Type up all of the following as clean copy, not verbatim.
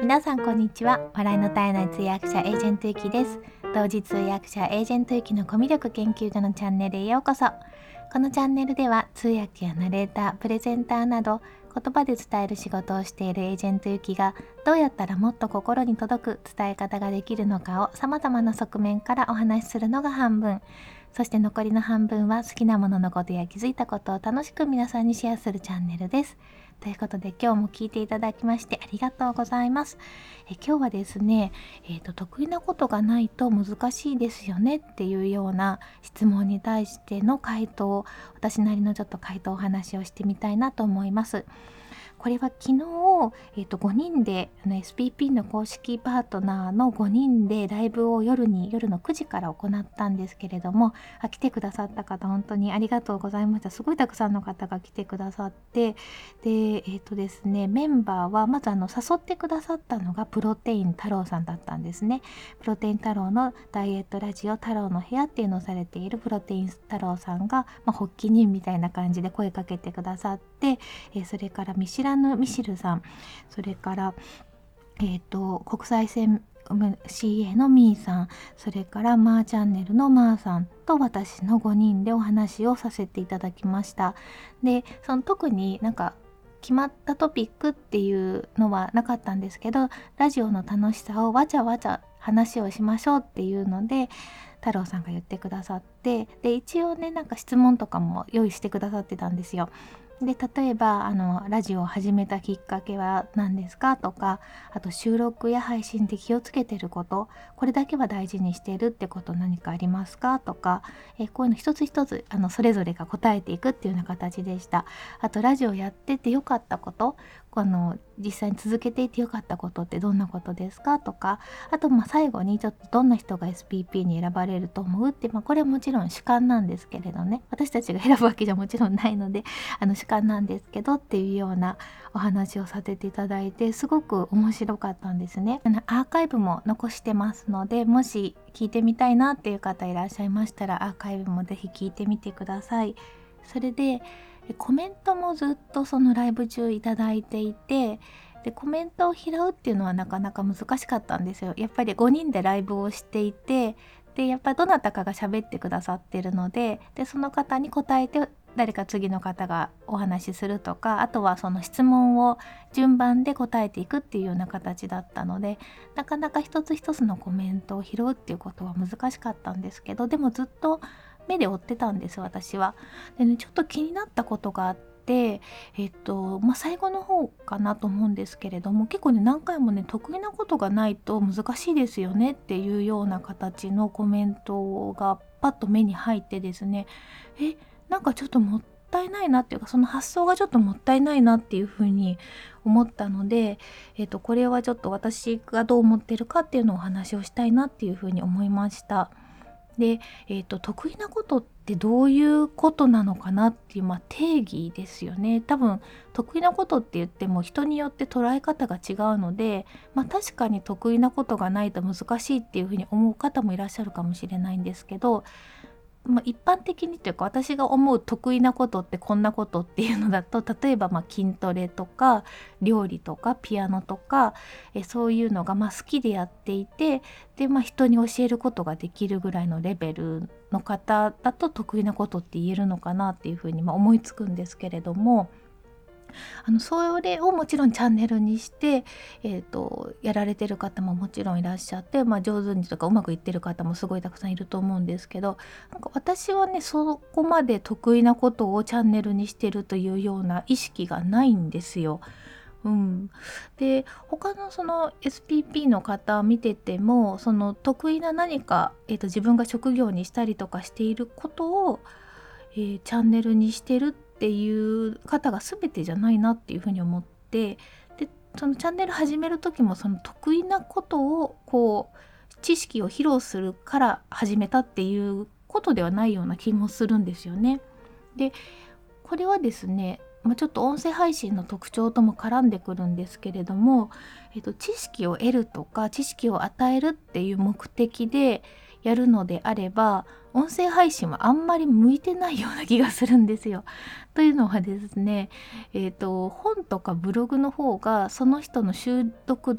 皆さんこんにちは。笑いの絶えない通訳者エージェントゆきです。同時通訳者エージェントゆきのコミュ力研究所のチャンネルへようこそ。このチャンネルでは通訳やナレーター、プレゼンターなど言葉で伝える仕事をしているエージェントゆきがどうやったらもっと心に届く伝え方ができるのかを様々な側面からお話しするのが半分、そして残りの半分は好きなもののことや気づいたことを楽しく皆さんにシェアするチャンネルです。ということで今日も聞いていただきましてありがとうございます。今日はですね、得意なことがないと難しいですよねっていうような質問に対しての回答を、私なりのちょっと回答お話をしてみたいなと思います。これは昨日、5人でSPP の公式パートナーの5人でライブを夜の9時から行ったんですけれども、来てくださった方本当にありがとうございました。すごいたくさんの方が来てくださって、でですね、メンバーはまず誘ってくださったのがプロテイン太郎さんだったんですね。プロテイン太郎のダイエットラジオ太郎の部屋っていうのをされているプロテイン太郎さんが、発起人みたいな感じで声かけてくださって、それから見知らぬミシルさん、それから、国際線CA のミーさん、それからマーチャンネルのマーさんと私の5人でお話をさせていただきました。で、特に決まったトピックっていうのはなかったんですけど、ラジオの楽しさをわちゃわちゃ話をしましょうっていうので太郎さんが言ってくださって、で一応ね質問とかも用意してくださってたんですよ。で例えばラジオを始めたきっかけは何ですかとか、あと収録や配信で気をつけてること、これだけは大事にしているってこと何かありますかとか、こういうの一つ一つそれぞれが答えていくっていうような形でした。あとラジオやっててよかったこと、実際に続けていてよかったことってどんなことですかとか、あと最後にちょっとどんな人が SPP に選ばれると思うって、これはもちろん主観なんですけれどね、私たちが選ぶわけじゃもちろんないので主観なんですけどっていうようなお話をさせていただいて、すごく面白かったんですね。アーカイブも残してますので、もし聞いてみたいなっていう方いらっしゃいましたらアーカイブもぜひ聞いてみてください。それでコメントもずっとそのライブ中いただいていて、でコメントを拾うっていうのはなかなか難しかったんですよ。やっぱり5人でライブをしていて、でやっぱりどなたかが喋ってくださってるので、その方に答えて誰か次の方がお話しするとか、あとはその質問を順番で答えていくっていうような形だったので、なかなか一つ一つのコメントを拾うっていうことは難しかったんですけど、でもずっと目で追ってたんです私は。でね、ちょっと気になったことがあって、最後の方かなと思うんですけれども、結構ね何回もね得意なことがないと難しいですよねっていうような形のコメントがパッと目に入ってですね、ちょっともったいないなっていうか、その発想がちょっともったいないなっていうふうに思ったので、これはちょっと私がどう思ってるかっていうのをお話をしたいなっていうふうに思いました。で、得意なことってどういうことなのかなっていう、定義ですよね。多分得意なことって言っても人によって捉え方が違うので、確かに得意なことがないと難しいっていうふうに思う方もいらっしゃるかもしれないんですけど、一般的にというか私が思う得意なことってこんなことっていうのだと、例えば筋トレとか料理とかピアノとかそういうのが好きでやっていて、で人に教えることができるぐらいのレベルの方だと得意なことって言えるのかなっていうふうに思いつくんですけれども、それをもちろんチャンネルにして、やられてる方ももちろんいらっしゃって、上手にとかうまくいってる方もすごいたくさんいると思うんですけど、私はねそこまで得意なことをチャンネルにしてるというような意識がないんですよ。で他のその SPP の方を見てても、その得意な何か、自分が職業にしたりとかしていることを、チャンネルにしてるっていう方が全てじゃないなっていうふうに思って、でそのチャンネル始める時もその得意なことを知識を披露するから始めたっていうことではないような気もするんですよね。でこれはですね、ちょっと音声配信の特徴とも絡んでくるんですけれども、知識を得るとか知識を与えるっていう目的でやるのであれば音声配信はあんまり向いてないような気がするんですよ。というのはですね、本とかブログの方がその人の習熟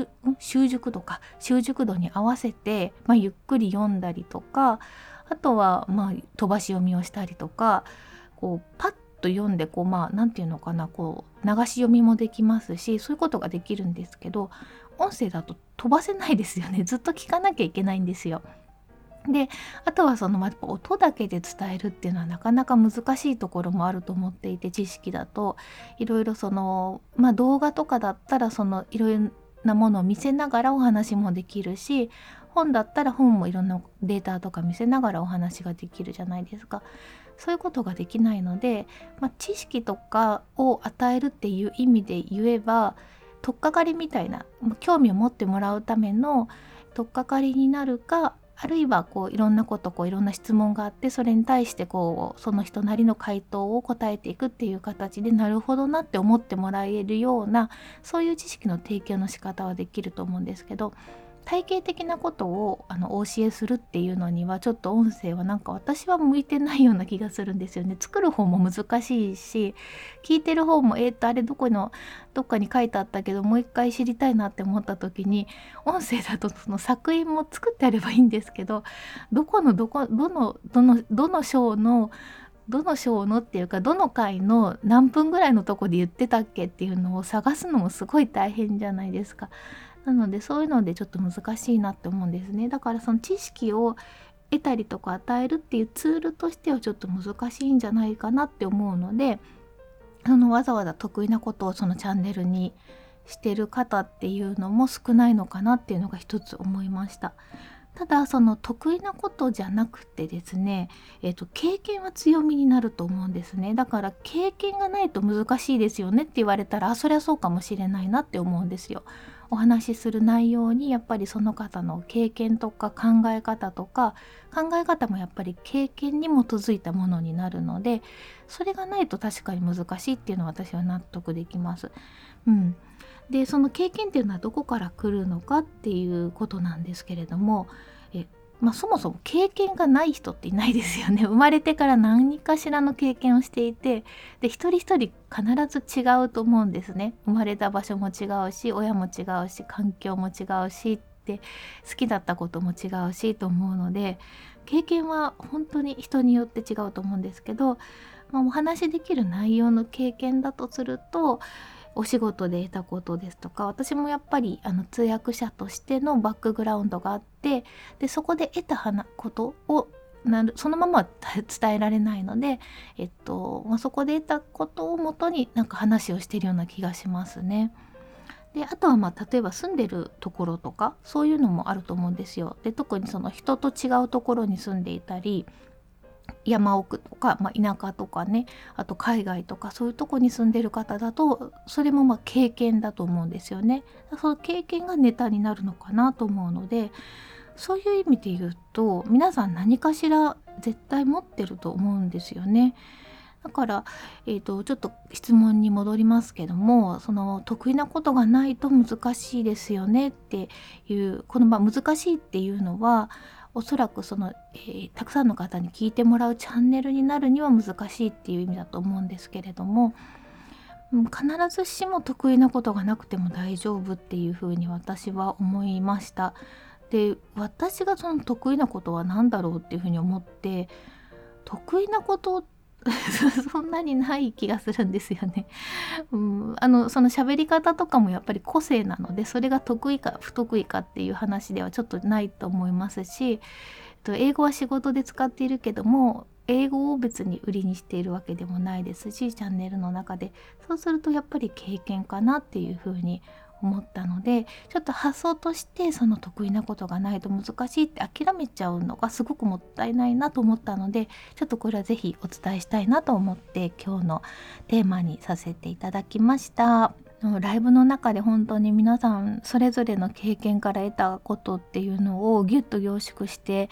度に合わせて、ゆっくり読んだりとか、あとは飛ばし読みをしたりとか、こうパッと読んでなんていうのかな、流し読みもできますし、そういうことができるんですけど、音声だと飛ばせないですよね。ずっと聞かなきゃいけないんですよ。で、あとはやっぱ音だけで伝えるっていうのはなかなか難しいところもあると思っていて、知識だといろいろ動画とかだったらいろいろなものを見せながらお話もできるし、本だったら本もいろんなデータとか見せながらお話ができるじゃないですか。そういうことができないので、知識とかを与えるっていう意味で言えば、取っかかりみたいな、興味を持ってもらうための取っかかりになるか、あるいはいろんなこといろんな質問があって、それに対してその人なりの回答を答えていくっていう形で、なるほどなって思ってもらえるような、そういう知識の提供の仕方はできると思うんですけど、体系的なことをお教えするっていうのにはちょっと音声は私は向いてないような気がするんですよね。作る方も難しいし、聞いてる方もあれどっかに書いてあったけどもう一回知りたいなって思った時に、音声だとその作品も作ってあればいいんですけど、どの章のっていうか、どの回の何分ぐらいのとこで言ってたっけっていうのを探すのもすごい大変じゃないですか。なのでそういうのでちょっと難しいなって思うんですね。だからその知識を得たりとか与えるっていうツールとしてはちょっと難しいんじゃないかなって思うので、わざわざ得意なことをそのチャンネルにしてる方っていうのも少ないのかなっていうのが一つ思いました。ただその得意なことじゃなくてですね、経験は強みになると思うんですね。だから経験がないと難しいですよねって言われたら、そりゃそうかもしれないなって思うんですよ。お話しする内容にやっぱりその方の経験とか考え方もやっぱり経験に基づいたものになるので、それがないと確かに難しいっていうのは私は納得できます。でその経験っていうのはどこから来るのかっていうことなんですけれども、そもそも経験がない人っていないですよね。生まれてから何かしらの経験をしていて、で一人一人必ず違うと思うんですね。生まれた場所も違うし、親も違うし、環境も違うしって好きだったことも違うしと思うので、経験は本当に人によって違うと思うんですけど、お話しできる内容の経験だとすると、お仕事で得たことですとか、私もやっぱり通訳者としてのバックグラウンドがあって、でそこで得たことをそのまま伝えられないので、そこで得たことをもとに話をしているような気がしますね。であとは例えば住んでるところとかそういうのもあると思うんですよ。で特にその人と違うところに住んでいたり、山奥とか、田舎とかね、あと海外とかそういうとこに住んでる方だと、それも経験だと思うんですよね。その経験がネタになるのかなと思うので、そういう意味で言うと皆さん何かしら絶対持ってると思うんですよね。だから、ちょっと質問に戻りますけども、その得意なことがないと難しいですよねっていう、この難しいっていうのはおそらくたくさんの方に聞いてもらうチャンネルになるには難しいっていう意味だと思うんですけれども、必ずしも得意なことがなくても大丈夫っていうふうに私は思いました。で私がその得意なことは何だろうっていうふうに思って、得意なことそんなにない気がするんですよね。その喋り方とかもやっぱり個性なので、それが得意か不得意かっていう話ではちょっとないと思いますし、英語は仕事で使っているけども英語を別に売りにしているわけでもないですし、チャンネルの中でそうするとやっぱり経験かなっていうふうに思ったので、ちょっと発想としてその得意なことがないと難しいって諦めちゃうのがすごくもったいないなと思ったので、ちょっとこれはぜひお伝えしたいなと思って今日のテーマにさせていただきました。ライブの中で本当に皆さんそれぞれの経験から得たことっていうのをギュッと凝縮して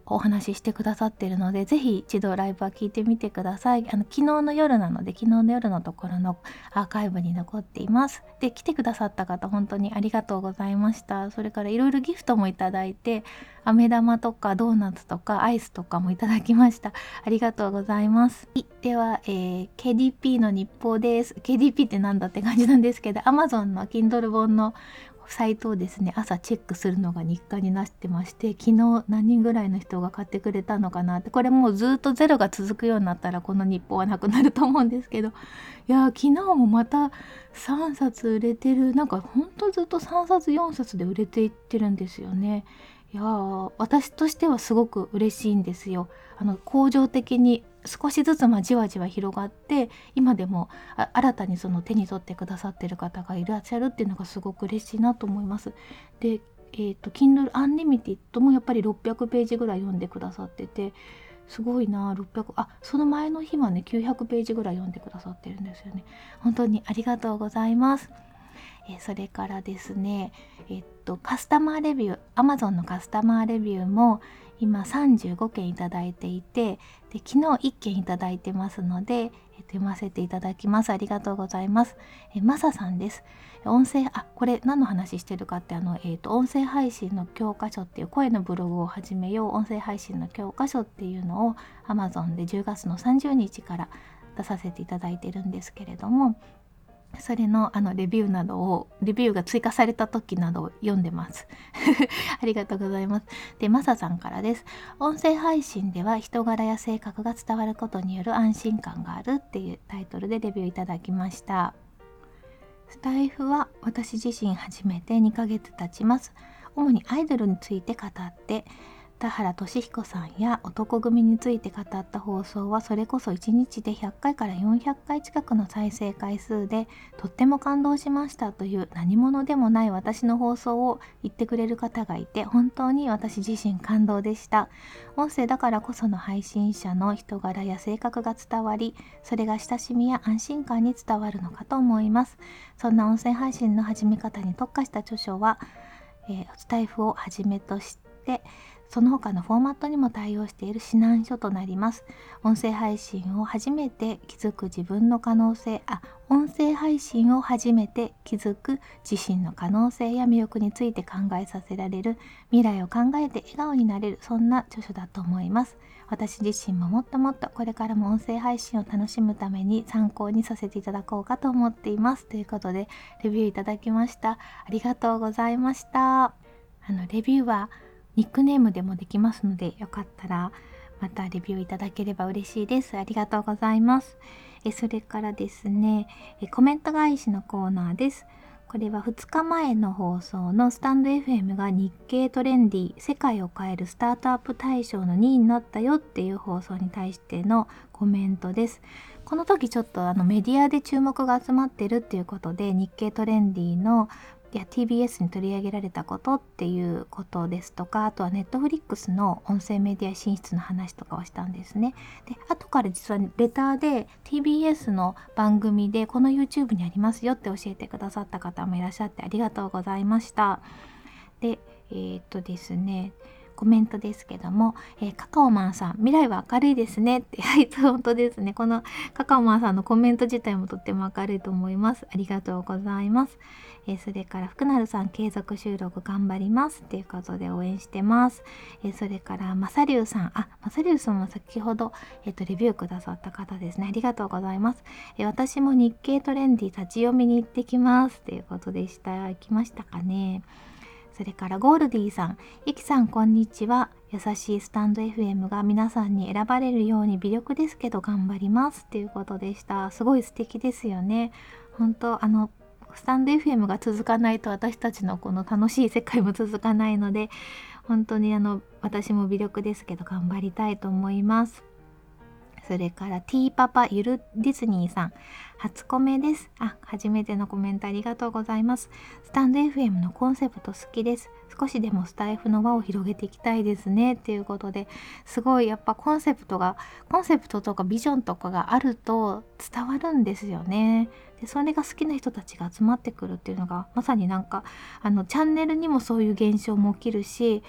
お話ししてくださってるので、ぜひ一度ライブは聞いてみてください。昨日の夜なので、昨日の夜のところのアーカイブに残っています。で、来てくださった方本当にありがとうございました。それからいろいろギフトもいただいて、飴玉とかドーナツとかアイスとかもいただきました。ありがとうございます。では、KDP の日報です。KDP ってなんだって感じなんですけど、 Amazon の Kindle 本のサイトをですね、朝チェックするのが日課になってまして、昨日何人ぐらいの人が買ってくれたのかなって、これもうずっとゼロが続くようになったらこの日報はなくなると思うんですけど、いや昨日もまた3冊売れてる、なんかほんとずっと3冊4冊で売れていってるんですよね。いや私としてはすごく嬉しいんですよ。恒常的に少しずつじわじわ広がって、今でも新たにその手に取ってくださってる方がいらっしゃるっていうのがすごく嬉しいなと思います。で、Kindle Unlimited もやっぱり600ページぐらい読んでくださってて、すごいな。600、その前の日はね900ページぐらい読んでくださってるんですよね。本当にありがとうございます。それからですね、カスタマーレビュー、 Amazon のカスタマーレビューも今35件いただいていて、で昨日1件いただいてますので、読ませていただきます。ありがとうございます。マサさんです。音声、これ何の話してるかって、音声配信の教科書っていう、声のブログを始めよう音声配信の教科書っていうのを Amazon で10月の30日から出させていただいてるんですけれども、それのレビューが追加された時などを読んでますありがとうございます。で、マサさんからです。音声配信では人柄や性格が伝わることによる安心感があるっていうタイトルでレビューいただきました。スタイフは私自身始めて2ヶ月経ちます。主にアイドルについて語って、田原俊彦さんや男組について語った放送はそれこそ1日で100回から400回近くの再生回数で、とっても感動しましたという何者でもない私の放送を言ってくれる方がいて、本当に私自身感動でした。音声だからこその配信者の人柄や性格が伝わり、それが親しみや安心感に伝わるのかと思います。そんな音声配信の始め方に特化した著書は、スタイフをはじめとしてその他のフォーマットにも対応している指南書となります。音声配信を初めて気づく自分の可能性、音声配信を初めて気づく自身の可能性や魅力について考えさせられる、未来を考えて笑顔になれる、そんな著書だと思います。私自身ももっともっとこれからも音声配信を楽しむために参考にさせていただこうかと思っています。ということでレビューいただきました。ありがとうございました。レビューはニックネームでもできますので、よかったらまたレビューいただければ嬉しいです。ありがとうございます。それからですね、コメント返しのコーナーです。これは2日前の放送のスタンド FM が日経トレンディ世界を変えるスタートアップ大賞の2位になったよっていう放送に対してのコメントです。この時ちょっとメディアで注目が集まってるっていうことで、日経トレンディのTBS に取り上げられたことっていうことですとか、あとは Netflix の音声メディア進出の話とかをしたんですね。で、後から実はレターで TBS の番組でこの YouTube にありますよって教えてくださった方もいらっしゃってありがとうございました。で、ですね、コメントですけども、カカオマンさん、未来は明るいですねって、はい、本当ですね。このカカオマンさんのコメント自体もとっても明るいと思います。ありがとうございます。それから福成さん、継続収録頑張りますっていうことで応援してます。それからマサリュウさん、マサリュウさんも先ほど、レビューくださった方ですね。ありがとうございます。私も日経トレンディ立ち読みに行ってきますっていうことでした。行きましたかね。それからゴールディさん、ゆきさんこんにちは。優しいスタンド FM が皆さんに選ばれるように微力ですけど頑張りますっていうことでした。すごい素敵ですよね。本当スタンド FM が続かないと私たちのこの楽しい世界も続かないので、本当に私も微力ですけど頑張りたいと思います。それから T パパゆるディズニーさん、初コメです。初めてのコメントありがとうございます。スタンド FM のコンセプト好きです。少しでもスタイフの輪を広げていきたいですねっていうことで、すごいやっぱコンセプトとかビジョンとかがあると伝わるんですよね。でそれが好きな人たちが集まってくるっていうのがまさにチャンネルにもそういう現象も起きるし、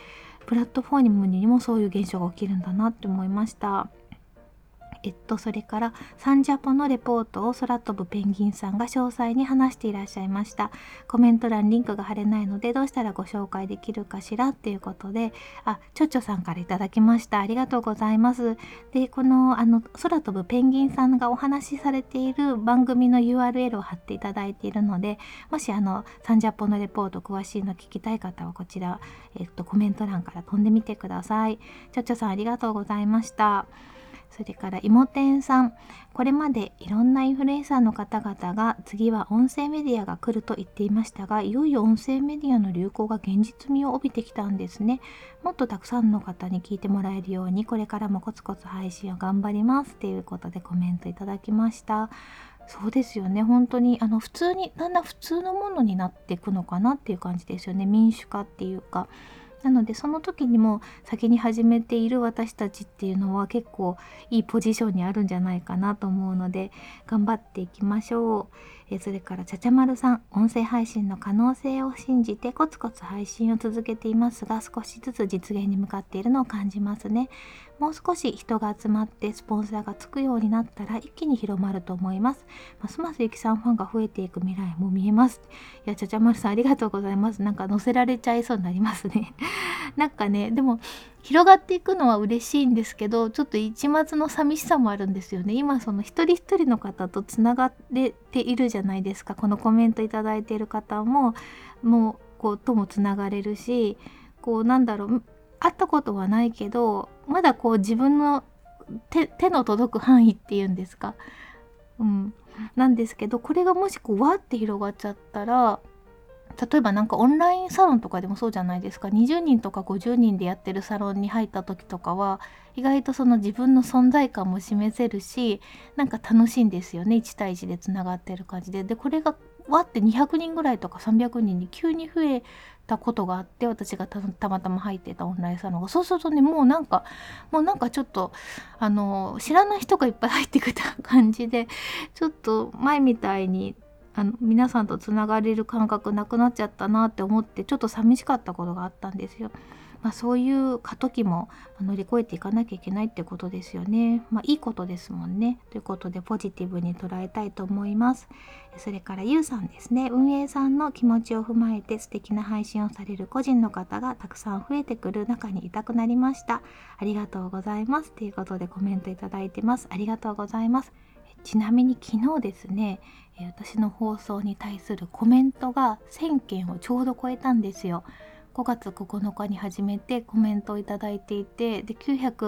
プラットフォームにもそういう現象が起きるんだなって思いました。それからサンジャポのレポートを空飛ぶペンギンさんが詳細に話していらっしゃいました。コメント欄リンクが貼れないのでどうしたらご紹介できるかしらっていうことで、ちょっちょさんからいただきました。ありがとうございます。で、この空飛ぶペンギンさんがお話しされている番組の URL を貼っていただいているので、もしサンジャポのレポート詳しいの聞きたい方はこちら、コメント欄から飛んでみてください。ちょっちょさんありがとうございました。それからいもてんさん、これまでいろんなインフルエンサーの方々が次は音声メディアが来ると言っていましたが、いよいよ音声メディアの流行が現実味を帯びてきたんですね。もっとたくさんの方に聞いてもらえるようにこれからもコツコツ配信を頑張りますということでコメントいただきました。そうですよね、本当にだんだん普通のものになっていくのかなっていう感じですよね。民主化っていうか、なのでその時にも先に始めている私たちっていうのは結構いいポジションにあるんじゃないかなと思うので頑張っていきましょう。それからちゃちゃまるさん、音声配信の可能性を信じてコツコツ配信を続けていますが、少しずつ実現に向かっているのを感じますね。もう少し人が集まってスポンサーがつくようになったら一気に広まると思います。ますますゆきさんファンが増えていく未来も見えます。いや、ちゃちゃまるさんありがとうございます。なんか載せられちゃいそうになりますね。なんかね、でも広がっていくのは嬉しいんですけど、ちょっと一末の寂しさもあるんですよね。今その一人一人の方とつながれているじゃないですか。このコメントいただいている方もともつながれるし、会ったことはないけどまだ自分の手の届く範囲っていうんですか、なんですけど、これがもしわって広がっちゃったら、例えばなんかオンラインサロンとかでもそうじゃないですか。20人とか50人でやってるサロンに入った時とかは意外とその自分の存在感も示せるし、なんか楽しいんですよね。1対1でつながってる感じで。でこれがわって200人ぐらいとか300人に急に増えたことがあって、私がたまたま入ってたオンラインサロンが、そうするとね、もうなんかちょっと知らない人がいっぱい入ってくる感じで、ちょっと前みたいに皆さんとつながれる感覚なくなっちゃったなって思って、ちょっと寂しかったことがあったんですよ。そういう過渡期も乗り越えていかなきゃいけないってことですよね。いいことですもんね。ということでポジティブに捉えたいと思います。それからゆうさんですね。運営さんの気持ちを踏まえて素敵な配信をされる個人の方がたくさん増えてくる中にいたくなりました。ありがとうございますということでコメントいただいてます。ありがとうございます。ちなみに昨日ですね、私の放送に対するコメントが1000件をちょうど超えたんですよ。5月9日に始めてコメントをいただいていて、で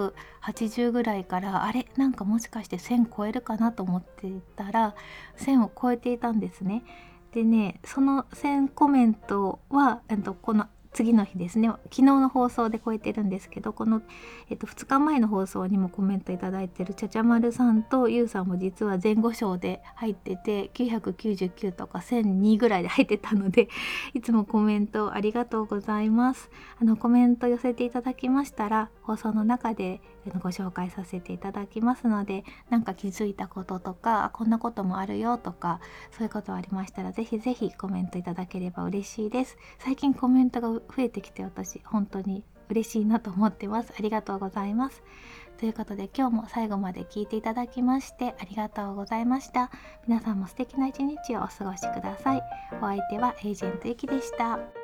980ぐらいからなんかもしかして1000超えるかなと思っていたら1000を超えていたんですね。でね、その1000コメントはこの次の日ですね、昨日の放送で超えてるんですけど、この、2日前の放送にもコメントいただいてるちゃちゃまるさんとゆうさんも実は前後賞で入ってて、999とか1002ぐらいで入ってたので、いつもコメントありがとうございます。コメント寄せていただきましたら放送の中でご紹介させていただきますので、なんか気づいたこととかこんなこともあるよとか、そういうことありましたらぜひぜひコメントいただければ嬉しいです。最近コメントが増えてきて私本当に嬉しいなと思ってます。ありがとうございます。ということで今日も最後まで聞いていただきましてありがとうございました。皆さんも素敵な一日をお過ごしください。お相手はエージェントゆきでした。